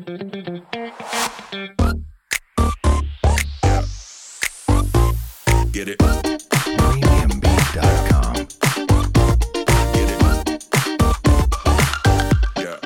Get it. Premiumbeat.com. Get it. Yeah.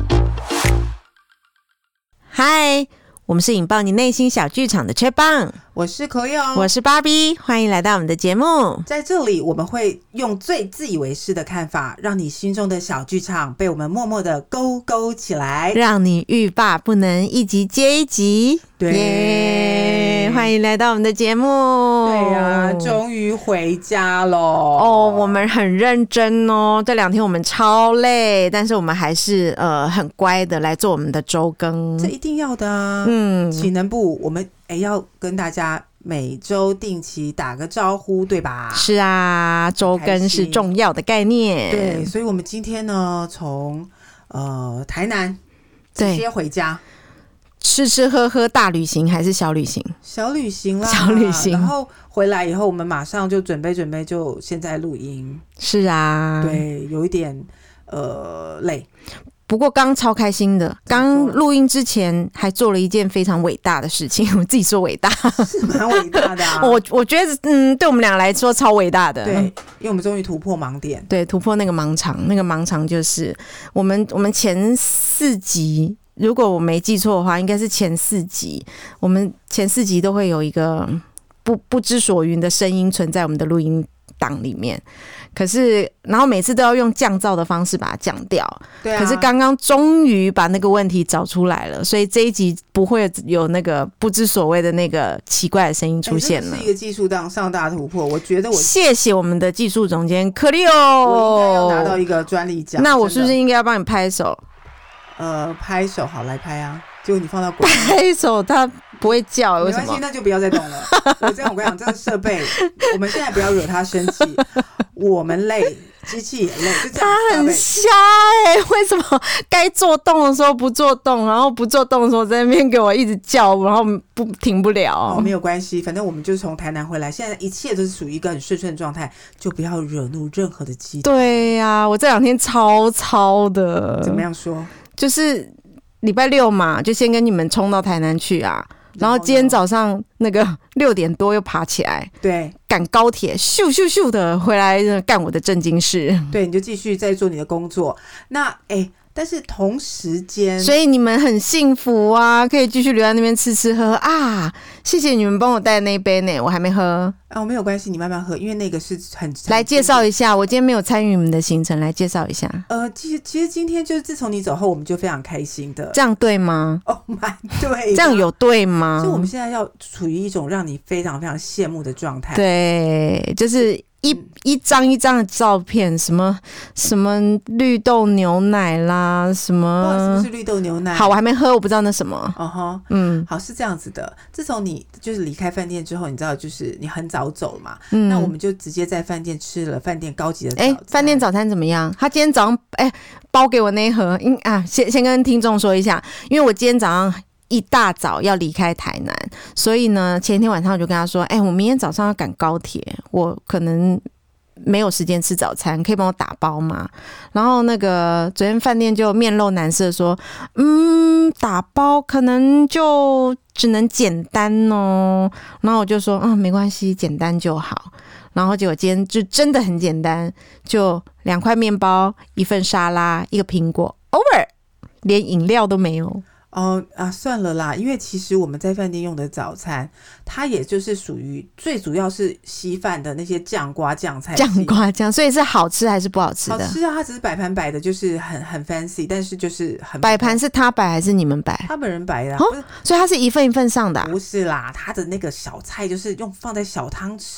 嗨，我们是引爆你内心小剧场的吹棒， 我是可友， 我是芭比，欢迎来到我们的节目。 在这里我们会用最自以为是的看法，让你心中的小剧场被我们默默的勾勾起来， 让你欲罢不能，一集接一集。 对， 欢迎来到我们的节目。 对呀，终于回家咯。 哦，我们很认真哦，这2天我们超累，但是我们还是很乖的来做我们的周更， 这一定要的啊。体能部我们要跟大家每周定期打个招呼，对吧？ 是啊，周更是重要的概念。 对，所以我们今天呢，从台南直接回家。 吃吃喝喝大旅行还是小旅行？小旅行啦，小旅行。 然后回来以后，我们马上就准备，就现在录音。 是啊， 对，有一点累。 不过刚超开心的，刚录音之前还做了一件非常伟大的事情，我自己说伟大， 是蛮伟大的啊。 我觉得对我们俩来说超伟大的。 对，因为我们终于突破盲点， 对，突破那个盲场。那个盲场就是我们前4集。如果我没记错的话，应该是前4集。我们前4集都会有一个不知所云的声音存在我们的录音档里面。可是，然后每次都要用降噪的方式把它降掉。 对啊。 可是刚刚终于把那个问题找出来了，所以这一集不会有那个不知所谓的那个奇怪的声音出现了。 这是一个技术上大突破，我觉得谢谢我们的技术总监克利欧， 我应该要拿到一个专利奖。 那我是不是应该要帮你拍手？ 拍手好，来拍啊！结果你放到广告拍手，他不会叫，为什么？ 没关系，那就不要再动了。我跟你讲，这个设备，我们现在不要惹他生气。我们累，机器也累，就这样。 他很瞎为什么该做动的时候不做动，然后不做动的时候在那边给我一直叫，然后停不了。 没有关系，反正我们就是从台南回来，现在一切都是属于一个很顺的状态，就不要惹怒任何的机体。 对呀，我这2天超的。 怎么样说？ 就是礼拜6嘛，就先跟你们冲到台南去啊，然后今天早上那个6点多又爬起来， 对， 赶高铁，咻咻咻的回来干我的正经事。 对，你就继续在做你的工作。那但是同时间， 所以你们很幸福啊，可以继续留在那边吃吃喝喝啊！谢谢你们帮我带那一杯呢，我还没喝。 没有关系，你慢慢喝，因为那个是很来介绍一下，我今天没有参与你们的行程，来介绍一下。 其实今天就是自从你走后，我们就非常开心的。 这样对吗？ 蛮对。 这样有对吗？ 所以我们现在要处于一种让你非常非常羡慕的状态。 对，就是一张一张的照片，什么绿豆牛奶啦，什么是不是绿豆牛奶？ 好，我还没喝，我不知道那什么。 好，是这样子的。自从你就是离开饭店之后，你知道，就是你很早走嘛，那我们就直接在饭店吃了饭店高级的早餐。 饭店早餐怎么样？他今天早上包给我那一盒，先跟听众说一下，因为我今天早上一大早要离开台南，所以呢，前一天晚上我就跟他说，我明天早上要赶高铁，我可能没有时间吃早餐，可以帮我打包吗？然后那个昨天饭店就面露难色说，打包可能就只能简单哦。然后我就说，没关系，简单就好。然后结果今天就真的很简单，就2块面包、1份沙拉、1个苹果 ，over， 连饮料都没有。 算了啦，因为其实我们在饭店用的早餐，它也就是属于最主要是稀饭的那些酱瓜酱菜， 酱瓜酱，所以是好吃还是不好吃的？ 好吃啊，它只是摆盘摆的就是很 fancy， 但是就是很摆盘是他摆还是你们摆？ 他本人摆的所以它是一份一份上的不是啦，他的那个小菜就是放在小汤匙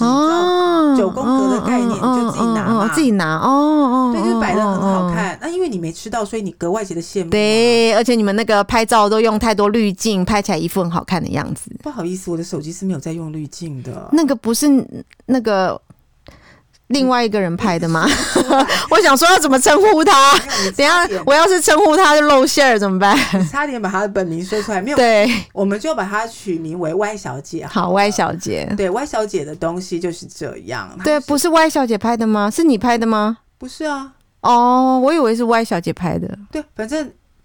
，9宫格的概念，你就自己拿嘛， 自己拿对，就是摆的很好看。那因为你没吃到，所以你格外觉得羡慕。 对，而且你们那个拍照都用太多滤镜，拍起来一副很好看的样子。 不好意思，我的手机是没有在用滤镜的。 那个不是那个另外一个人拍的吗？我想说要怎么称呼他？等一下我要是称呼他就露馅儿怎么办？ 你差点把他的本名说出来，没有？ 对， 我们就把他取名为 Y 小姐。 好，Y 小姐。 对 ，Y 小姐的东西就是这样。 对，不是 Y 小姐拍的吗？是你拍的吗？ 不是啊。 我以为是 Y 小姐拍的。 对，反正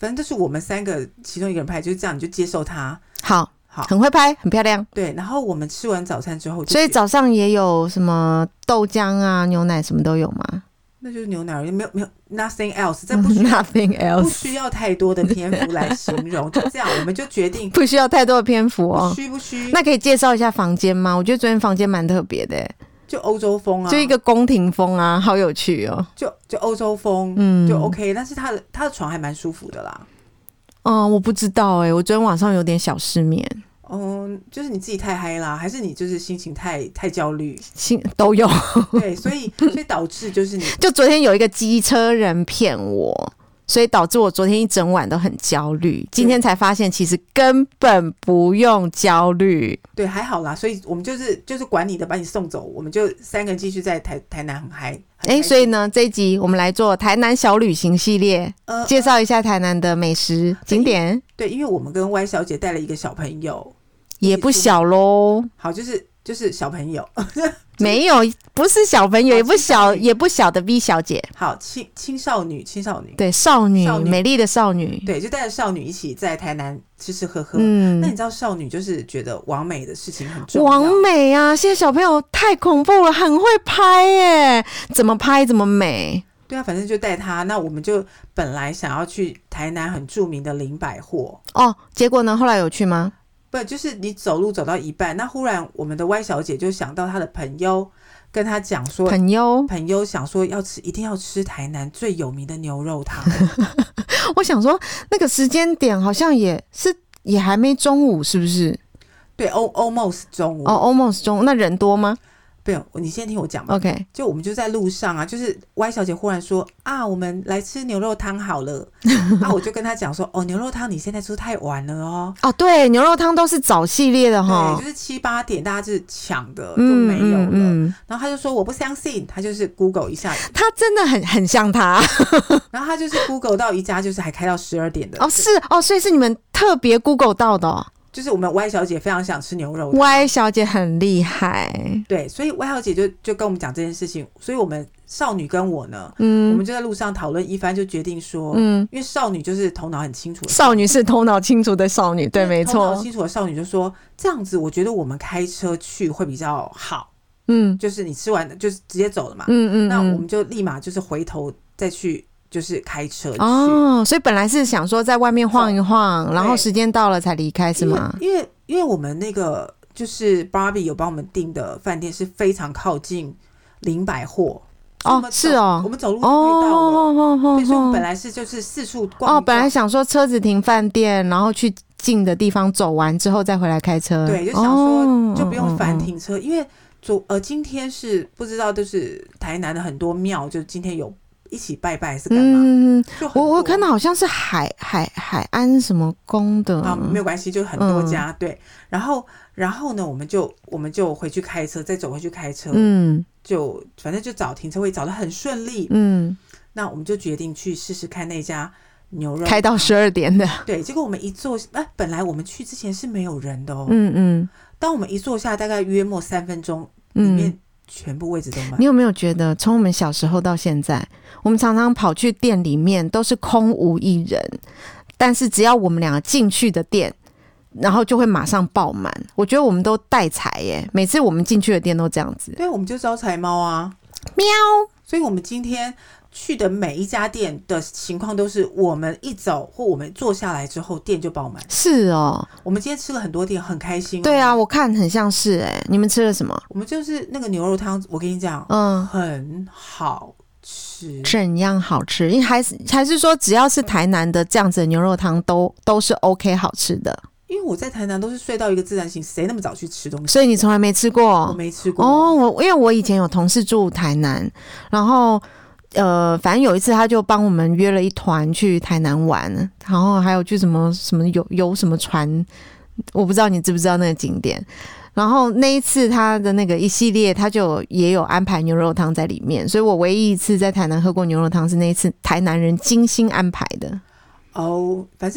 反正就是我们3个其中一个人拍，就是这样，你就接受它。 好， 好， 很会拍，很漂亮。 对，然后我们吃完早餐之后， 所以早上也有什么豆浆啊、牛奶什么都有吗？ 那就是牛奶而已，没有 nothing else， 这不需要 Nothing 不 else， 需要太多的篇幅来形容，就这样，我们就决定不需要太多的篇幅哦。 不需。 那可以介绍一下房间吗？我觉得昨天房间蛮特别的耶， 就欧洲风啊， 就一个宫廷风啊，好有趣哦。 就欧洲风，就 OK， 但是他的床还蛮舒服的啦。 我不知道哎，我昨天晚上有点小失眠。 就是你自己太嗨啦，还是你就是心情太焦虑？ 都有。 对，所以导致就是你就昨天有一个机车人骗我，所以导致我昨天一整晚都很焦虑。今天才发现其实根本不用焦虑。 对，还好啦。所以我们就是管你的，把你送走，我们就3个人继续在台南很嗨。 所以呢，这一集我们来做台南小旅行系列，介绍一下台南的美食景点。 对，因为我们跟 Y 小姐带了一个小朋友， 也不小咯。 好，就是小朋友。 没有，不是小朋友，也不小的 V 小姐。 好，青少女， 对，少女，美丽的少女。 对，就带着少女一起在台南吃喝喝。那你知道少女就是觉得网美的事情很重要。 网美啊，现在小朋友太恐怖了，很会拍耶，怎么拍怎么美。 对啊，反正就带她。那我们就本来想要去台南很著名的林百货。 结果呢？后来有去吗？ 不，就是你走路走到一半，那忽然我们的 Y 小姐就想到她的朋友跟她讲说，朋友想说一定要吃台南最有名的牛肉汤。 我想说那个时间点好像也还没中午，是不是？ 对，almost 中午。 almost 中午。那人多吗？ 不用，你先听我讲嘛。 OK， 就我们就在路上啊，就是 Y 小姐忽然说我们来吃牛肉汤好了。我就跟她讲说，牛肉汤你现在出太晚了哦。 对，牛肉汤都是早系列的齁， 对，就是7、8点大家是抢的，就没有了。然后她就说我不相信，她就是 Google 一下， 她真的很像她。 然后她就是 Google 到一家就是还开到12点的。 所以是你们特别 Google 到的哦。 就是我们 Y 小姐非常想吃牛肉汤。 Y 小姐很厉害。对， 所以 Y 小姐就跟我们讲这件事情，所以我们少女跟我呢，我们就在路上讨论一番，就决定说，因为少女就是头脑很清楚的少女是头脑清楚的少女，对，没错， 头脑清楚的少女就说这样子，我觉得我们开车去会比较好。就是你吃完就是直接走了嘛。那我们就立马就是回头再去。就是开车去所以本来是想说在外面晃一晃，然后时间到了才离开，是吗？ 因为我们那个就是 Barbie 有帮我们订的饭店是非常靠近林百货。 是哦， 我们走路就可以到了。对，所以我们本来是就是四处逛。 本来想说车子停饭店，然后去近的地方走完之后再回来开车。 对，就想说就不用烦停车，因为今天是不知道就是台南的很多庙，就今天有。一起拜拜是干嘛？ 我看到好像是海安什么宫的没有关系，就很多家。对，然后呢，我们就回去开车，再走回去开车。就反正就找停车位找得很顺利。那我们就决定去试试看那家牛肉开到12点的。 对，结果我们一坐，本来我们去之前是没有人的哦。当我们一坐下，大概约莫3分钟，里面全部位置都满。 你有没有觉得从我们小时候到现在，我们常常跑去店里面都是空无一人，但是只要我们两个进去的店，然后就会马上爆满。我觉得我们都带财耶，每次我们进去的店都这样子。 对，我们就招财猫啊， 喵。 所以我们今天去的每一家店的情况都是，我们一走或我们坐下来之后，店就爆满。 是哦， 我们今天吃了很多店，很开心。 对啊，我看很像是你们吃了什么？ 我们就是那个牛肉汤，我跟你讲，很好吃。 怎样好吃？因为还是说，只要是台南的这样子的牛肉汤都是 OK 好吃的。 因为我在台南都是睡到一个自然醒，谁那么早去吃东西？ 所以你从来没吃过？ 我没吃过。 因为我以前有同事住台南，然后反正有一次他就帮我们约了一团去台南玩，然后还有去什么游什么船，我不知道你知不知道那个景点。然后那一次他的那个一系列他就也有安排牛肉汤在里面，所以我唯一一次在台南喝过牛肉汤是那一次台南人精心安排的。 反正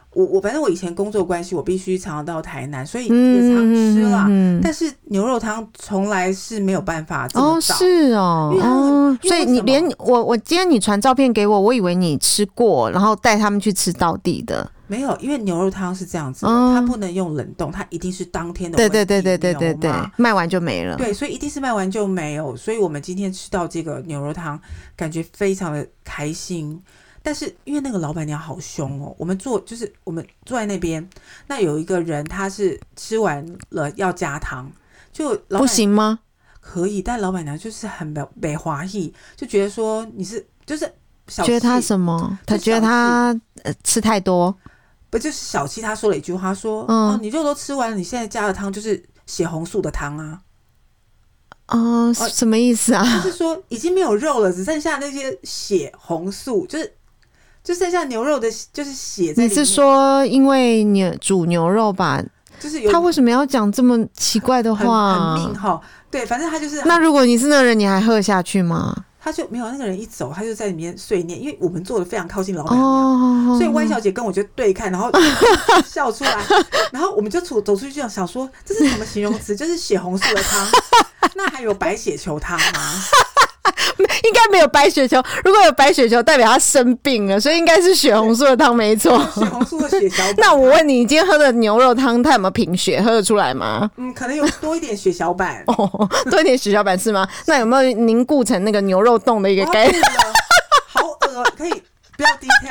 我反正我以前工作关系，我必须常常到台南，所以也常吃啦。但是牛肉汤从来是没有办法这么找。 是哦，所以你连我今天你传照片给我，我以为你吃过，然后带他们去吃道地的。 没有，因为牛肉汤是这样子的，它不能用冷冻，它一定是当天的温体对， 卖完就没了。 对，所以一定是卖完就没有。所以我们今天吃到这个牛肉汤，感觉非常的开心。但是因为那个老板娘好凶哦，我们坐在那边，那有一个人他是吃完了要加汤，就老板不行吗？ 可以，但老板娘就是很北华裔，就觉得说你是就是小气， 觉得他什么？他觉得他吃太多， 不就是小气？他说了一句话说：“你肉都吃完了，你现在加的汤就是血红素的汤啊。” 什么意思啊？ 就是说已经没有肉了，只剩下那些血红素，就剩下牛肉的，就是血在里面。 你是说因为你煮牛肉吧？ 就是他为什么要讲这么奇怪的话？ 很命哈，对，反正他就是。 那如果你是那个人，你还喝下去吗？ 他就没有那个人一走，他就在里面碎念，因为我们坐的非常靠近老板娘，所以歪小姐跟我就对看，然后笑出来，然后我们就走出去就想说这是什么形容词？就是血红素的汤，那还有白血球汤吗？ 应该没有白血球，如果有白血球代表他生病了，所以应该是血红素的汤没错。 血红素的血小板。 那我问你，你今天喝的牛肉汤它有没有贫血？喝得出来吗？ 可能有多一点血小板。 多一点血小板是吗？那有没有凝固成那个牛肉冻的一个概念？ 好恶可以不要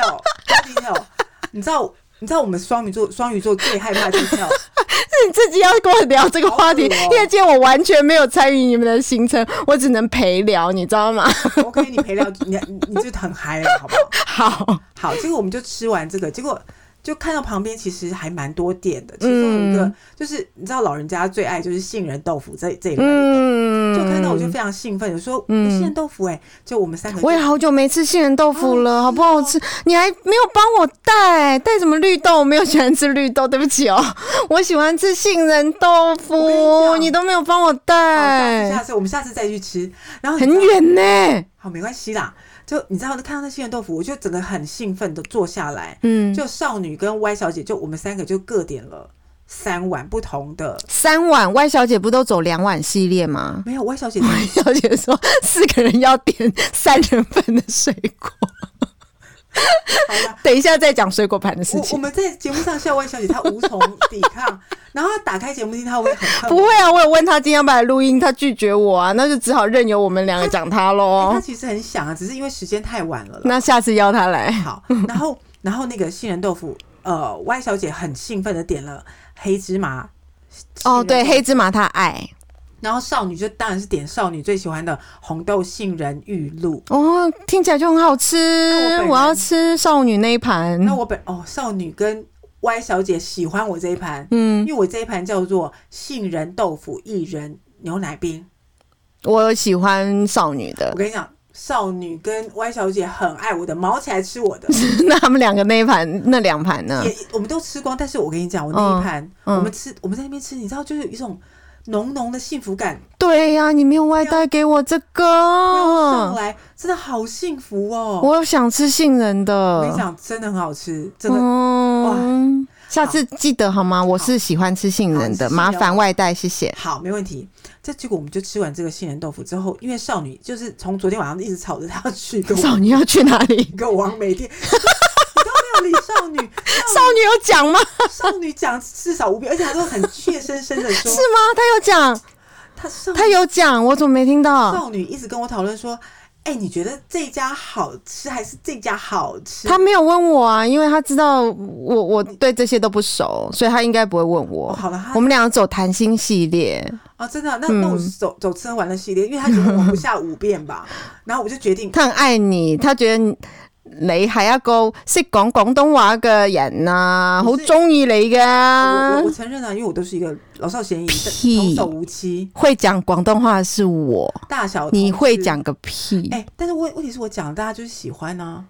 detail。你知道我们双鱼座最害怕 detail。 是你自己要跟我聊这个话题，因为今天我完全没有参与你们的行程，我只能陪聊，你知道吗 ？OK， 你陪聊，你就很嗨了，好不好？好，结果我们就吃完这个，结果就看到旁边其实还蛮多店的，其中有一个就是你知道老人家最爱就是杏仁豆腐这一类的，就看到我就非常兴奋，就说杏仁豆腐就我们三个， 我也好久没吃杏仁豆腐了，好不好吃？你还没有帮我带什么绿豆？我没有喜欢吃绿豆，对不起哦，我喜欢吃杏仁豆腐，你都没有帮我带。 我们下次再去吃，然后很远呢。 好，没关系啦。就你知道看到那杏仁豆腐，我就整个很兴奋的坐下来，就少女跟歪小姐，就我们三个就各点了3碗不同的。 3碗，歪小姐不都走2碗系列吗？ 没有，歪小姐说4个人要点3人份的水果。 好了， 等一下再讲水果盘的事情。 我们在节目上笑歪小姐，她无从抵抗，然后她打开节目听，她会很不会啊，我有问她今天要不要来录音，她拒绝我啊，那就只好任由我们2个讲她咯。 她其实很想啊，只是因为时间太晚了啦。 那下次邀她来。 好，然后那个杏仁豆腐，歪小姐很兴奋的点了黑芝麻。 对，黑芝麻她爱。 然后少女就当然是点少女最喜欢的红豆杏仁玉露听起来就很好吃。我要吃少女那一盘。 那少女跟歪小姐喜欢我这一盘，因为我这一盘叫做杏仁豆腐薏仁牛奶冰。 我喜欢少女的。 我跟你讲，少女跟歪小姐很爱我的，毛起来吃我的。 那他们2个那一盘那2盘呢？ 我们都吃光，但是我跟你讲，我那一盘，我们在那边吃，你知道，就是有一种浓浓的幸福感。 对呀，你没有外带给我这个， 上来真的好幸福哦！ 我想吃杏仁的， 我跟你讲，真的很好吃，真的哇！ 下次记得好吗？我是喜欢吃杏仁的，麻烦外带，谢谢。 好，没问题。结果我们就吃完这个杏仁豆腐之后，因为少女就是从昨天晚上一直吵着她要去， 少女要去哪里？ 一个王美店。你都没有理少女有讲吗？ 少女讲至少5遍，而且她都很怯生生的说。 是吗？她有讲？她有讲，我怎么没听到？ 少女一直跟我讨论说，你觉得这家好吃还是这家好吃？ 她没有问我啊，因为她知道我对这些都不熟，所以她应该不会问我。 好了， 我们2个走谈心系列。 真的？那我走吃喝玩乐系列，因为她觉得我不下5遍吧，然后我就决定。 她很愛你，她覺得你係一個識講廣東話嘅人啊，好中意你噶。 我承認啊，因為我都是一個老少咸宜、童叟無欺。 會講廣東話的是我， 大小你會講個屁！ 但是問題是我講大家就是喜歡啊。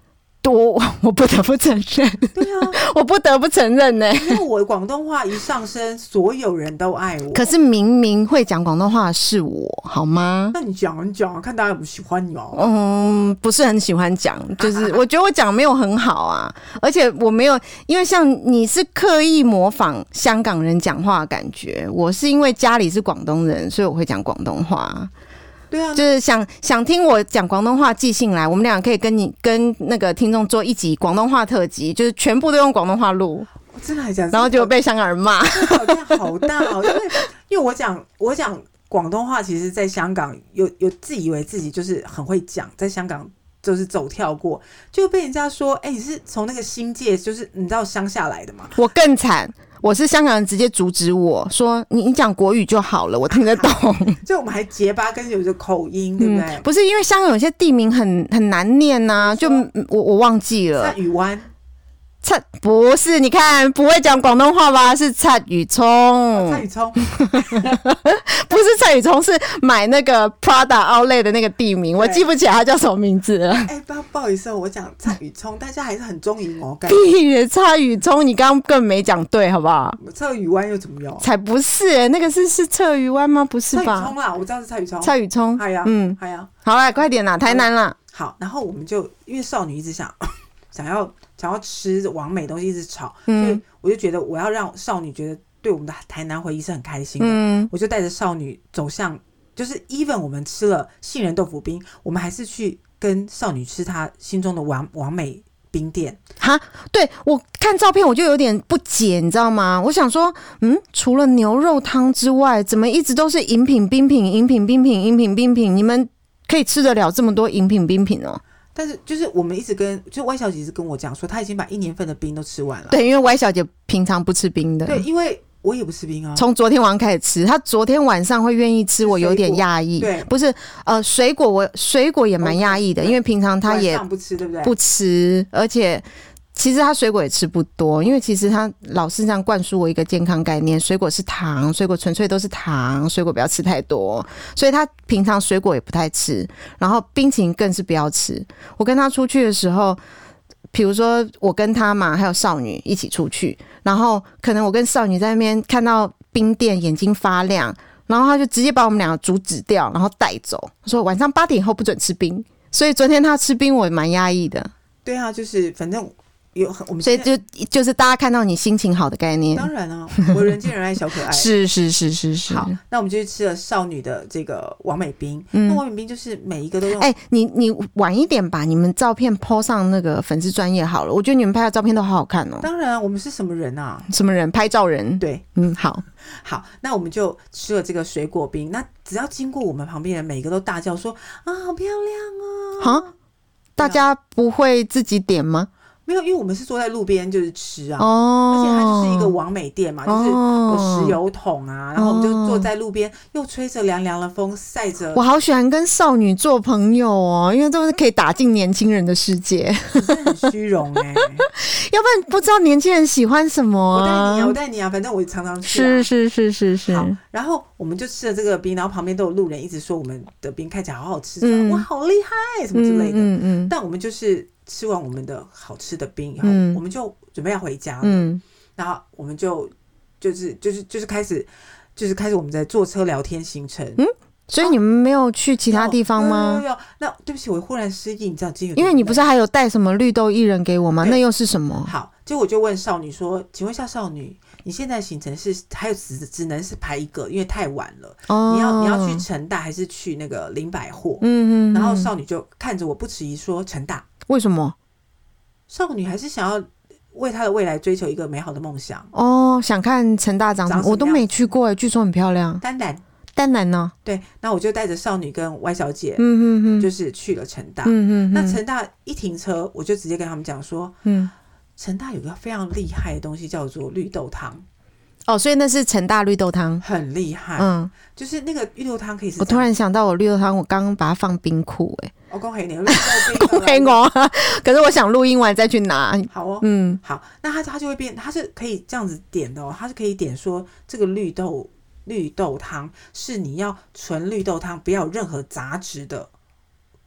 我不得不承认， 对啊， 我不得不承认呢、 因为我广东话一上升，所有人都爱我。 可是明明会讲广东话的是我，好吗？ 那你讲看大家有没有喜欢你哦。 不是很喜欢讲，就是我觉得我讲没有很好啊，而且我没有，因为像你是刻意模仿香港人讲话的感觉，我是因为家里是广东人，所以我会讲广东话。 对啊， 就是想听我讲广东话寄信来，我们俩可以跟那个听众做一集广东话特辑，就是全部都用广东话录， 真的还假的？ 然后就被香港人骂， 挑战好大哦，因为我讲广东话，其实在香港有自以为自己就是很会讲，在香港就是走跳过，就被人家说，你是从那个新界，就是你知道乡下来的吗？ 我更惨。我是香港人，直接阻止我说你讲国语就好了，我听得懂。 就我们还结巴，跟有着口音，对不对？ 不是因为香港有些地名很难念呐、就我忘记了。 蔡语湾。 不是，你看不会讲广东话吧？是蔡宇聪， 蔡宇聪不是蔡宇聪，是买那个 Prada Outlet 的那个地名，我记不起来他叫什么名字了。 不好意思，我讲蔡宇聪，大家还是很中意我。 屁耶，蔡宇聪，你刚刚根本没讲对，好不好？ 蔡宇湾又怎么样？ 才不是那个是侧鱼湾吗？不是吧？ 蔡宇聪啦，我知道是蔡宇聪。 蔡宇聪， 哎呀，哎呀， 好啦，快点啦，台南啦。 好，然后我们就因为少女一直想要吃完美东西，一直吵，所以我就觉得我要让少女觉得对我们的台南回忆是很开心的。我就带着少女走向，就是 even 我们吃了杏仁豆腐冰，我们还是去跟少女吃她心中的完美冰店。 哈，对，我看照片我就有点不解，你知道吗？我想说，除了牛肉汤之外，怎么一直都是饮品、冰品、饮品、冰品、饮品、冰品？你们可以吃得了这么多饮品、冰品哦？ 但是就是我们一直就歪小姐一直跟我讲说，她已经把1年份的冰都吃完了。 对，因为歪小姐平常不吃冰的。 对，因为我也不吃冰啊。 从昨天晚上开始吃，她昨天晚上会愿意吃，我有点讶异。 对， 不是水果也蛮讶异的，因为平常她也不吃，对不对？ 不吃，而且其实她水果也吃不多，因为其实她老是这样灌输我一个健康概念：水果是糖，水果纯粹都是糖，水果不要吃太多。所以她平常水果也不太吃，然后冰淇淋更是不要吃。我跟她出去的时候，比如说我跟她嘛，还有少女一起出去，然后可能我跟少女在那边看到冰店，眼睛发亮，然后她就直接把我们两个阻止掉，然后带走，说晚上8点以后不准吃冰。所以昨天她吃冰，我也蛮压抑的。 对啊，就是反正。我们所以就是大家看到你心情好的概念。 当然啊，我人见人爱小可爱。 是。 好，那我们就去吃了少女的这个王美冰。那王美冰就是每一个都用。 你晚一点把你们照片 po 上那个粉丝专页好了。我觉得你们拍的照片都好好看哦。 当然，我们是什么人啊？ 什么人？拍照人。 对， 好， 那我们就吃了这个水果冰。那只要经过我们旁边人，每个都大叫说啊，好漂亮啊！ 大家不会自己点吗？ 没有，因为我们是坐在路边就是吃啊，而且它就是一个网美店嘛，就是有石油桶啊，然后我们就坐在路边，又吹着凉凉的风，晒着。 我好喜欢跟少女做朋友哦，因为都是可以打进年轻人的世界。 你真的很虚荣要不然不知道年轻人喜欢什么啊。 我带你啊，反正我常常去啊。 是。 好，然后我们就吃了这个冰，然后旁边都有路人一直说我们的冰看起来好好吃，哇，好厉害什么之类的。但我们就是吃完我们的好吃的冰以后，我们就准备要回家了。然后我们就是开始我们在坐车聊天行程。 所以你们没有去其他地方吗？ 有。那对不起，我忽然失忆，你知道今天因为你不是还有带什么绿豆薏仁给我吗？那又是什么？ 好，结果我就问少女说：“请问一下少女，你现在行程是还有只能是排一个，因为太晚了。你要去成大还是去那个林百货？”然后少女就看着我不迟疑说：“成大。”为什么？少女还是想要为她的未来追求一个美好的梦想想看成大长什么？我都没去过据说很漂亮。丹南呢？ 对，那我就带着少女跟歪小姐，就是去了成大。那成大一停车，我就直接跟他们讲说，成大有个非常厉害的东西叫做绿豆汤。 所以那是成大绿豆汤， 很厉害。就是那个绿豆汤可以是。 我突然想到，我绿豆汤我刚刚把它放冰库恭喜你，绿豆冰恭喜我。可是我想录音完再去拿。 好哦，好，那它就会变，它是可以这样子点的它是可以点说这个绿豆汤是你要纯绿豆汤，不要有任何杂质的，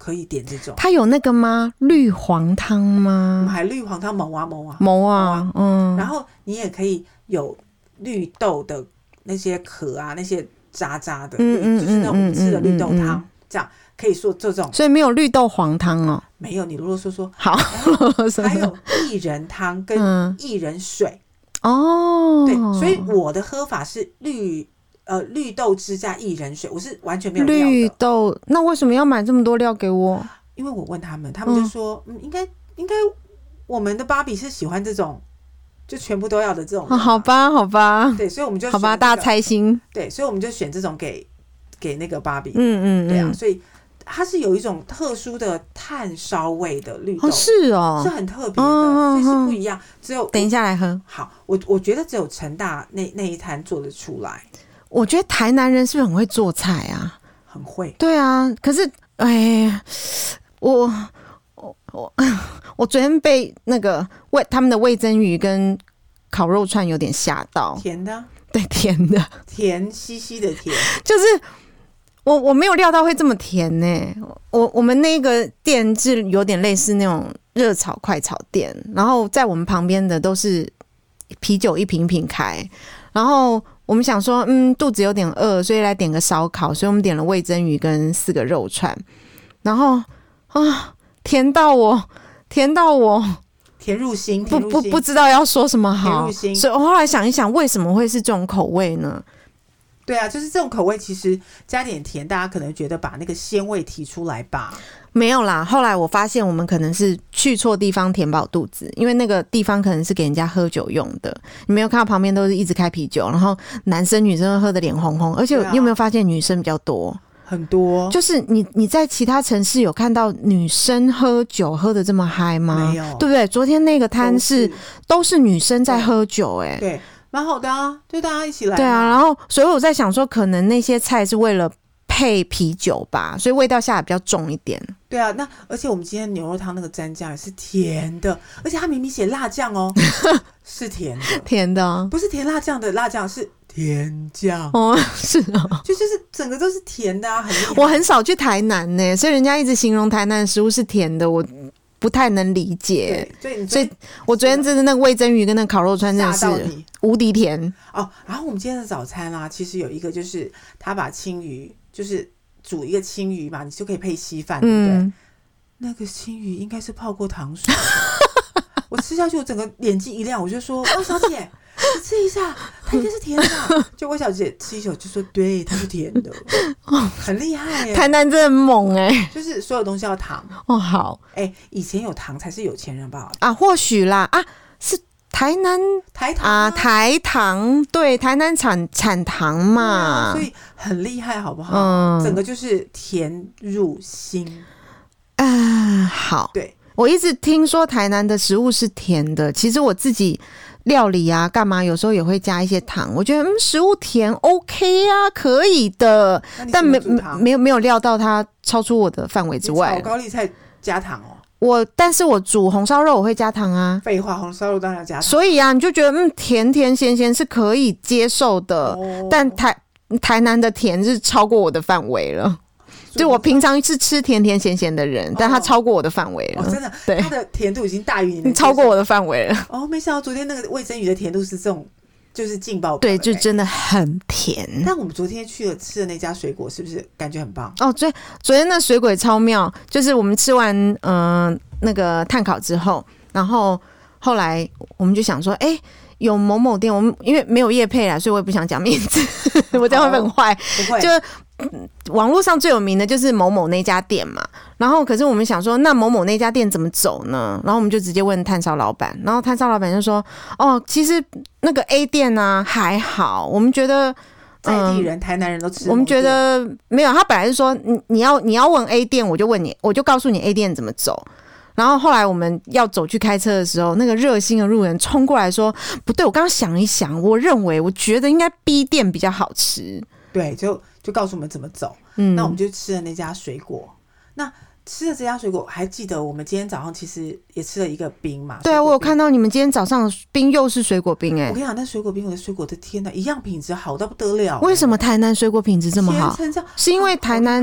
可以点这种。 它有那个吗？绿黄汤我们吗？ 还绿黄汤谋啊， 然后你也可以有绿豆的那些壳啊，那些渣渣的，就是那种吃的绿豆汤，这样可以做这种。 所以没有绿豆黄汤哦。 没有，你啰啰嗦嗦。 好， 还有薏仁汤跟薏仁水。 哦， 对，所以我的喝法是绿豆汁加薏仁水，我是完全没有料的。 绿豆，那为什么要买这么多料给我？ 因为我问他们就说，应该我们的芭比是喜欢这种，就全部都要的这种。 好吧， 对，所以我们就好吧，大家猜心。 对，所以我们就选这种给那个芭比。对啊，所以它是有一种特殊的炭烧味的绿豆， 是哦， 是很特别的，所以是不一样。只有等一下来喝。 好，我觉得只有成大那一摊做得出来。 我觉得台南人是不是很会做菜啊？ 很会。 对啊，可是我昨天被那个他们的味噌鱼跟烤肉串有点吓到。 甜的。 对，甜的， 甜兮兮的甜， 就是我没有料到会这么甜呢。我们那个店是有点类似那种热炒快炒店，然后在我们旁边的都是啤酒一瓶瓶开，然后我们想说肚子有点饿，所以来点个烧烤，所以我们点了味噌鱼跟4个肉串，然后甜到我甜入心， 不知道要说什么好， 甜入心。 所以我后来想一想，为什么会是这种口味呢？ 对啊，就是这种口味，其实加点甜，大家可能觉得把那个鲜味提出来吧。 没有啦，后来我发现我们可能是去错地方填饱肚子，因为那个地方可能是给人家喝酒用的。你没有看到旁边都是一直开啤酒，然后男生女生喝得脸红红，而且你有没有发现女生比较多？ 很多， 就是你在其他城市有看到女生喝酒喝得这么嗨吗？ 没有， 对不对？昨天那个摊都是女生在喝酒， 对，蛮好的啊，就大家一起来。 对啊，然后所以我在想说，可能那些菜是为了配啤酒吧，所以味道下来比较重一点。 对啊，那而且我们今天牛肉汤那个蘸酱也是甜的，而且它明明写辣酱哦，是甜的， 甜的， 不是甜辣酱的辣酱，是甜酱哦，是哦， 就是整个都是甜的啊，很厉害。 我很少去台南呢，所以人家一直形容台南的食物是甜的，我不太能理解。 对， 所以我昨天真的那个味噌鱼跟那个烤肉串真的是无敌甜哦。然后我们今天的早餐啊，其实有一个就是他把青鱼就是煮一个青鱼嘛，你就可以配稀饭，对不对？那个青鱼应该是泡过糖水我吃下去我整个眼睛一亮，我就说汪小姐你吃一下，它应该是甜的就汪小姐吃一口就说对，它是甜的很厉害耶， 台南真的猛耶， 就是所有东西要糖哦。好， 以前有糖才是有钱人吧？ 啊，或许啦啊，是台糖啊，台糖，对，台南产糖嘛， 所以很厉害，好不好？整个就是甜入心。 好， 对， 我一直听说台南的食物是甜的，其实我自己料理啊干嘛有时候也会加一些糖，我觉得食物甜 OK 啊，可以的，但没有料到它超出我的范围之外。 炒高丽菜加糖哦， 但是我煮红烧肉我会加糖啊。 废话，红烧肉当然要加糖。 所以啊，你就觉得甜甜咸咸是可以接受的，但台南的甜是超过我的范围了。就我平常是吃甜甜咸咸的人，但它超过我的范围了。 真的， 对， 它的甜度已经大于你超过我的范围了。 没想到昨天那个味噌鱼的甜度是这种，就是劲爆。 对，就真的很甜。 但我们昨天去了吃的那家水果，是不是感觉很棒？ 昨天那水果也超妙，就是我们吃完那个炭烤之后，然后后来我们就想说，有某某店，我们因为没有业配啦，所以我也不想讲名字，我这样会很坏。 不会， 就网络上最有名的就是某某那家店嘛。然后可是我们想说，那某某那家店怎么走呢？然后我们就直接问炭烧老板，然后炭烧老板就说：“其实那个 A 店啊还好，我们觉得在地人、台南人都吃。 我们觉得没有，他本来是说你要问 A 店，我就告诉你 A 店怎么走。”然后后来我们要走去开车的时候，那个热心的路人冲过来说：“不对，我刚刚想一想，我觉得应该 B 店比较好吃。” 对，就告诉我们怎么走。那我们就吃了那家水果。那吃了这家水果，还记得我们今天早上其实也吃了一个冰嘛？ 对啊，我有看到你们今天早上冰又是水果冰我跟你讲，那水果冰，我的水果的天哪，一样品质好到不得了。 为什么台南水果品质这么好？是因为台南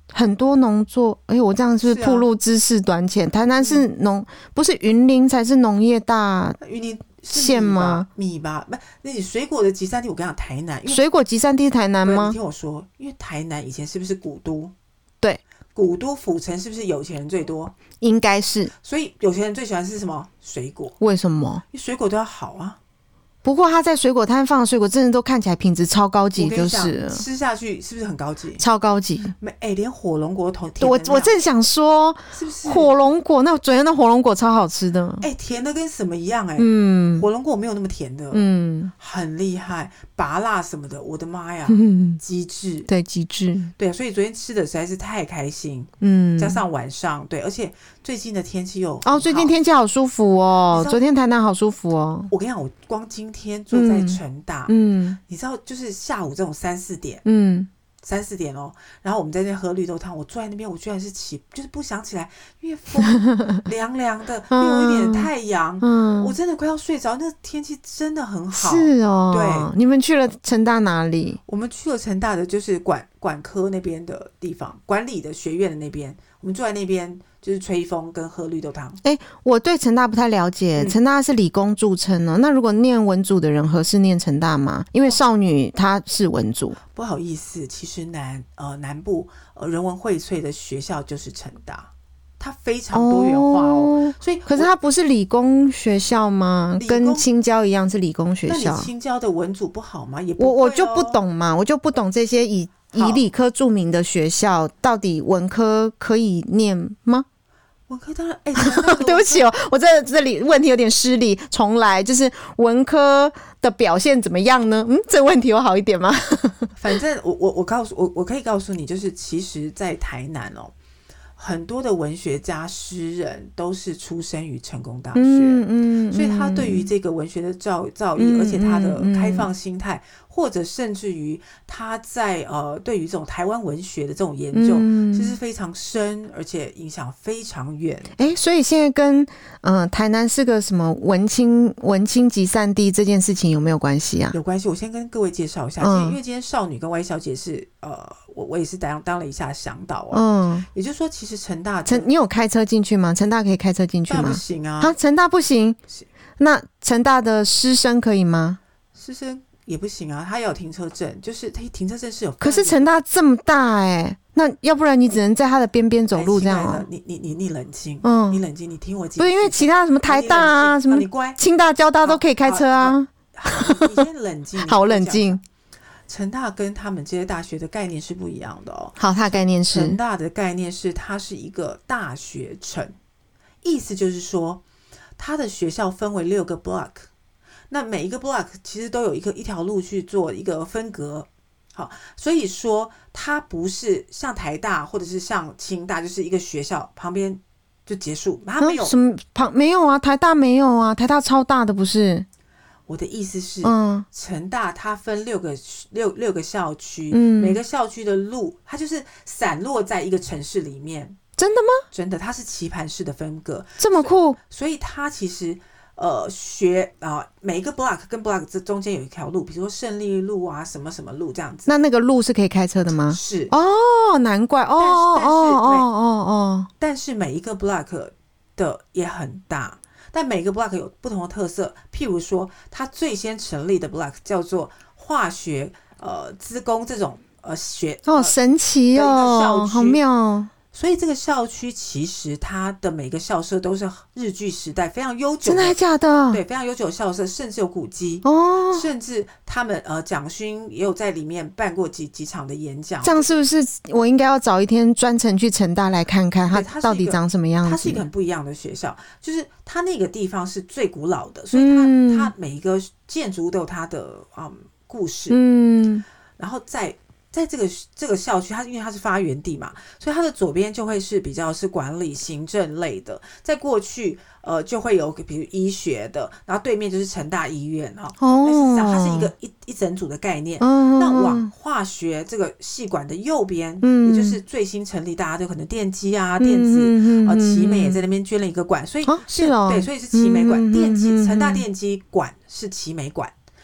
很多农作，我这样是不是暴露知识短浅？台南是不是云林才是农业大云林县吗？ 米吧，不，那你水果的集散地，我跟你讲，台南水果集散地是台南吗？ 你听我说，因为台南以前是不是古都？ 对， 古都府城是不是有钱人最多？ 应该是， 所以有钱人最喜欢是什么？水果。 为什么？ 因为水果都要好啊。 不过他在水果摊放的水果真的都看起来品质超高级，就是了吃下去是不是很高级？ 超高级。 连火龙果都甜的我正想说， 是不是火龙果？那昨天的火龙果超好吃的， 甜的跟什么一样火龙果没有那么甜的，很厉害，拔辣什么的，我的妈呀，机智， 对，机智， 对啊，所以昨天吃的实在是太开心，加上晚上，对，而且最近的天气又最近天气好舒服哦，昨天台南好舒服哦， 我跟你讲，我光今天坐在成大，你知道，就是下午这种3-4点，3-4点哦，然后我们在那喝绿豆汤，我坐在那边，我居然是就是不想起来，因为风凉凉的，又有一点太阳，我真的快要睡着。那天气真的很好， 是哦。 对， 你们去了成大哪里？ 我们去了成大的就是管科那边的地方，管理的学院的那边，我们坐在那边就是吹风跟喝绿豆汤。 我对成大不太了解，成大是理工著称哦。那如果念文组的人合适念成大吗？因为少女她是文组。 不好意思，其实南部人文荟萃的学校就是成大，它非常多元化哦。所以可是它不是理工学校吗？跟青交一样是理工学校。 那你青交的文组不好吗？也不会我就不懂嘛，我就不懂这些以理科著名的学校，到底文科可以念吗？ 文科当然， 对不起哦，我这里问题有点失礼，重来，就是文科的表现怎么样呢？这问题有好一点吗？ 反正我可以告诉你，就是其实，在台南哦，很多的文学家、诗人都是出生于成功大学，所以他对于这个文学的造诣，而且他的开放心态，或者甚至于他在对于这种台湾文学的这种研究，其实非常深，而且影响非常远。 所以现在跟台南是个什么文青集散地这件事情有没有关系啊？ 有关系，我先跟各位介绍一下，因为今天少女跟歪小姐是我也是当了一下向导也就是说，其实成大你有开车进去吗？成大可以开车进去吗？ 不行啊， 成大不行。那成大的师生可以吗？ 师生也不行啊，他要有停车证，就是他停车证是有。 可是成大这么大那要不然你只能在他的边边走路这样你冷静，你冷静，你听我讲。 不是因为其他什么台大啊，什么清大、交大都可以开车啊。 你先冷静。 好，我冷静。 成大跟他们这些大学的概念是不一样的哦。 好，它的概念是， 成大的概念是它是一个大学城，意思就是说，它的学校分为6个 block， 那每一个 block 其实都有一条路去做一个分隔。好，所以说它不是像台大或者是像清大，就是一个学校旁边就结束，它没有什么没有啊，台大没有啊，台大超大的不是。 我的意思是，成大它分六个校区，每个校区的路它就是散落在一个城市里面。 真的吗？ 真的，它是棋盘式的分割， 这么酷。 所以它其实每一个 block 跟 block 这中间有一条路，比如说胜利路啊，什么什么路这样子。 那个路是可以开车的吗？ 是难怪但是每一个 block 的也很大。但每个 block 有不同的特色，譬如说，它最先成立的 block 叫做化学资工这种神奇哦，好妙。 所以这个校区其实它的每个校舍都是日据时代非常悠久的， 真的还假的？ 对，非常悠久的校舍，甚至有古迹甚至他们蒋勋也有在里面办过几场的演讲。 这样是不是我应该要找一天专程去成大来看看它到底长什么样子？ 它是一个很不一样的学校，就是它那个地方是最古老的，所以它每一个建筑物都有它的故事。然后在这个校区，因为它是发源地嘛，所以它的左边就会是比较是管理行政类的，在过去就会有比如医学的，然后对面就是成大医院类似这样，它是一个一整组的概念。那往化学这个系管的右边，也就是最新成立，大家都可能电机啊、电子奇美也在那边捐了一个馆，所以是哦， 对，所以是奇美馆，成大电机馆是奇美馆。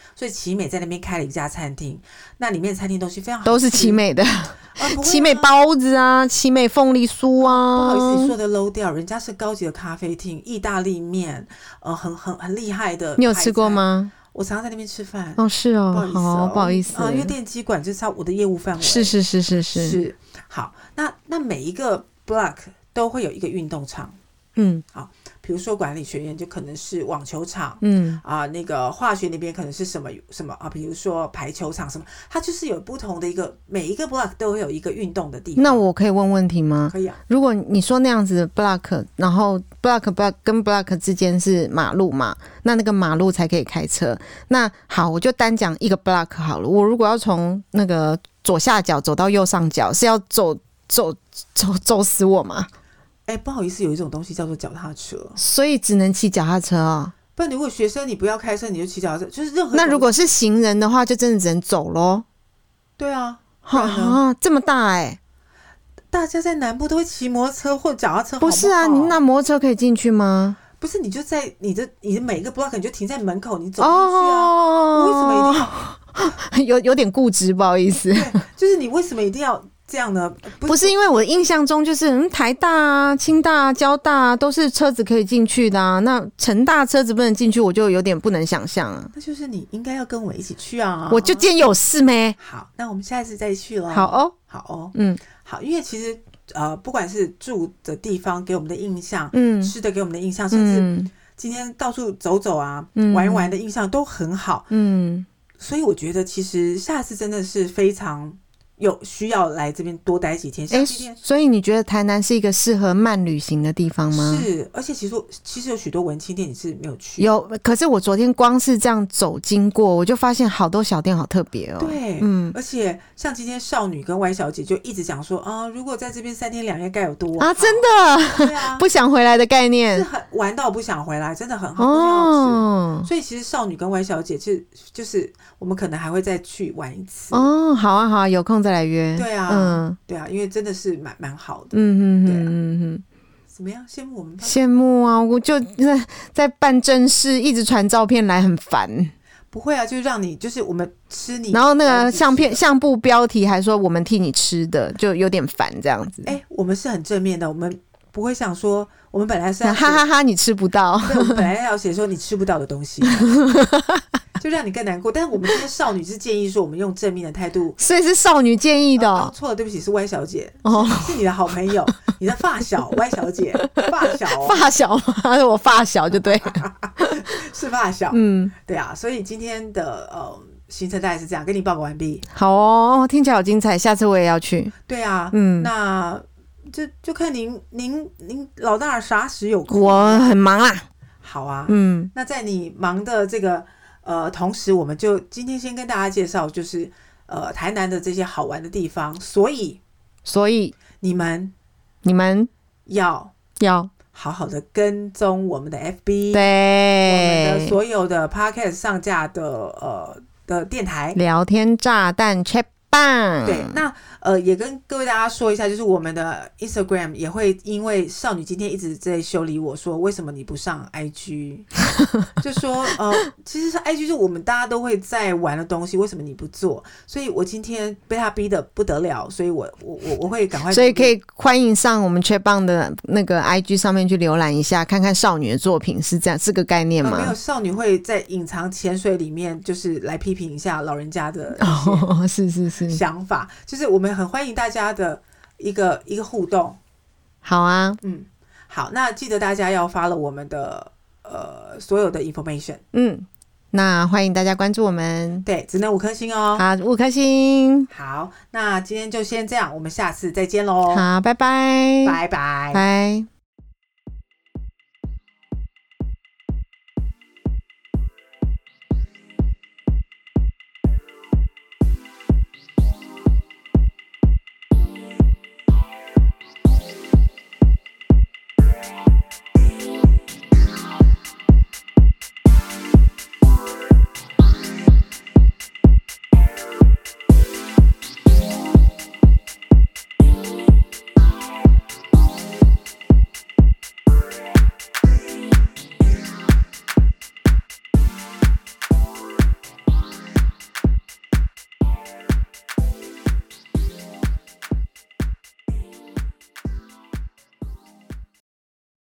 所以奇美在那边开了一家餐厅，那里面的餐厅东西非常好吃， 都是奇美的，奇美包子啊，奇美凤梨酥啊。 不好意思，你说的 low 掉，人家是高级的咖啡厅，意大利面，很厉害的。 你有吃过吗？ 我常常在那边吃饭。 哦，是哦， 不好意思不好意思， 因为电机馆就是我的业务范围。 是。 好，那每一个 block 都会有一个运动场。好，比如说管理学院就可能是网球场，那个化学那边可能是什么啊，比如说排球场什么，它就是有不同的每一个 block 都会有一个运动的地方。 那我可以问问题吗？ 可以啊。如果你说那样子的 block， 然后 block 跟 block 之间是马路嘛，那个马路才可以开车。那好，我就单讲一个 block 好了。我如果要从那个左下角走到右上角，是要走死我吗？ 不好意思，有一种东西叫做脚踏车， 所以只能骑脚踏车哦。 不然如果学生你不要开车，你就骑脚踏车，就是任何。 那如果是行人的话，就真的只能走咯。 对啊， 这么大大家在南部都会骑摩托车或脚踏车， 不是啊？你那摩托车可以进去吗？ 不是，你就在你的每一个 block 你就停在门口，你走进去啊。为什么一定要有点固执，不好意思。 对，就是你为什么一定要这样呢？ 不是因为我的印象中就是台大啊、清大啊、交大啊都是车子可以进去的啊，那成大车子不能进去，我就有点不能想象啊。 那就是你应该要跟我一起去啊！ 我就今天有事没？ 好，那我们下一次再去了。 好哦， 好，因为其实不管是住的地方给我们的印象，吃的给我们的印象，甚至今天到处走走啊、玩一玩的印象都很好。所以我觉得其实下次真的是非常有需要来这边多待几天。 所以你觉得台南是一个适合慢旅行的地方吗？ 是，而且其实有许多文青店你是没有去。 有，可是我昨天光是这样走经过，我就发现好多小店好特别哦。 对，而且像今天少女跟 Y 小姐就一直讲说如果在这边3天2夜该有多好真的。对啊，不想回来的概念， 是很玩到不想回来，真的很好吃。所以其实少女跟 Y 小姐就是我们可能还会再去玩一次。 好啊好啊，有空再来约。 对啊，对啊，因为真的是蛮好的。怎么样？羡慕我们？ 羡慕啊！我就在办正事，一直传照片来，很烦。 不会啊，就让你就是我们吃你， 然后那个相簿标题还说我们替你吃的，就有点烦这样子。 我们是很正面的，我们不会想说我们本来是要哈哈哈你吃不到， 对，我们本来要写说你吃不到的东西。就让你更难过，但是我们这些少女是建议说我们用正面的态度， 所以是少女建议的。 错了，对不起，是 Y 小姐，是你的好朋友，你的发小 Y 小姐， 发小吗？我发小就对， 是发小，对啊，所以今天的行程大概是这样，跟你报告完毕。 好哦，听起来好精彩，下次我也要去。 对啊，那就看您老大啥时有空？ 我很忙啦。 好啊，那在你忙的这个同时，我们就今天先跟大家介绍，就是台南的这些好玩的地方，所以你们要好好的跟踪我们的 FB， 对， 我们的所有的 Podcast 上架的电台聊天炸弹 Chat 棒， 对，那也跟各位大家说一下，就是我们的 Instagram 也会因为少女今天一直在修理我说为什么你不上 IG， 就说其实是 IG 是我们大家都会在玩的东西，为什么你不做？所以我今天被他逼得不得了，所以我会赶快， 所以可以欢迎上我们 Chat 棒的那个 IG 上面去浏览一下，看看少女的作品是这样，是个概念吗？ 没有，少女会在隐藏潜水里面，就是来批评一下老人家的是想法，就是我们很欢迎大家的一个互动。 好啊， 好，那记得大家要 follow 我们的所有的 information。 那欢迎大家关注我们， 对，只能5颗星哦。 好，5颗星。 好，那今天就先这样，我们下次再见喽。 好，拜拜， 拜拜， 拜。